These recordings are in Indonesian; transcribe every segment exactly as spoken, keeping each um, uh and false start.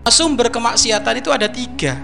Sumber kemaksiatan itu ada tiga.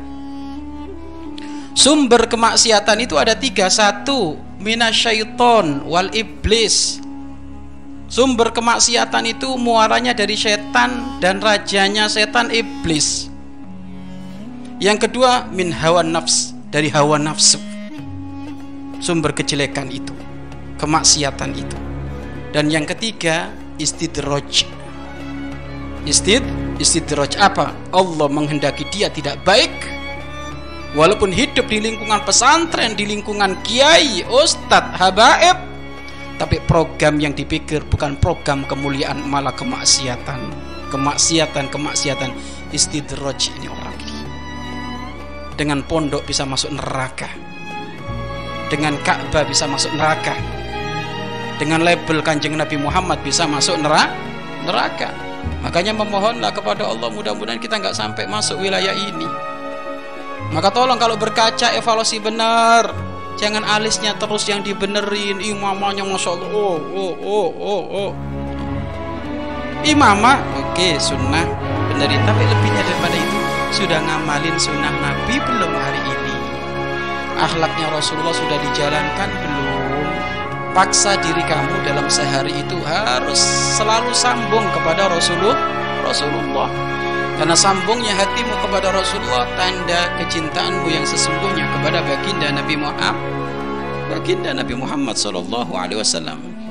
Sumber kemaksiatan itu ada tiga. Satu, minasyaiton wal iblis. Sumber kemaksiatan itu muaranya dari setan dan rajanya setan, iblis. Yang kedua, min hawa nafs, dari hawa nafsu. Sumber kejelekan itu, kemaksiatan itu. Dan yang ketiga, istidraj. Istid, istidraj apa? Allah menghendaki dia tidak baik, walaupun hidup di lingkungan pesantren, di lingkungan kiai, ustadz, habaib, tapi program yang dipikir bukan program kemuliaan, malah kemaksiatan, kemaksiatan, kemaksiatan. Istidraj ini orang ini. Dengan pondok bisa masuk neraka, dengan Ka'bah bisa masuk neraka, dengan label Kanjeng Nabi Muhammad bisa masuk neraka. Makanya memohonlah kepada Allah, mudah-mudahan kita nggak sampai masuk wilayah ini. Maka tolong kalau berkaca, evaluasi benar. Jangan alisnya terus yang dibenerin, imamanya masya Allah, oh oh oh oh oh. Imamah, oke, okay, sunnah benerin, tapi lebihnya daripada itu, sudah ngamalin sunnah Nabi belum hari ini? Akhlaknya Rasulullah sudah dijalankan belum? Paksa diri kamu dalam sehari itu harus selalu sambung kepada Rasulullah, Rasulullah. Karena sambungnya hatimu kepada Rasulullah tanda kecintaanmu yang sesungguhnya kepada baginda Nabi Muhammad, baginda Nabi Muhammad sallallahu alaihi wasallam.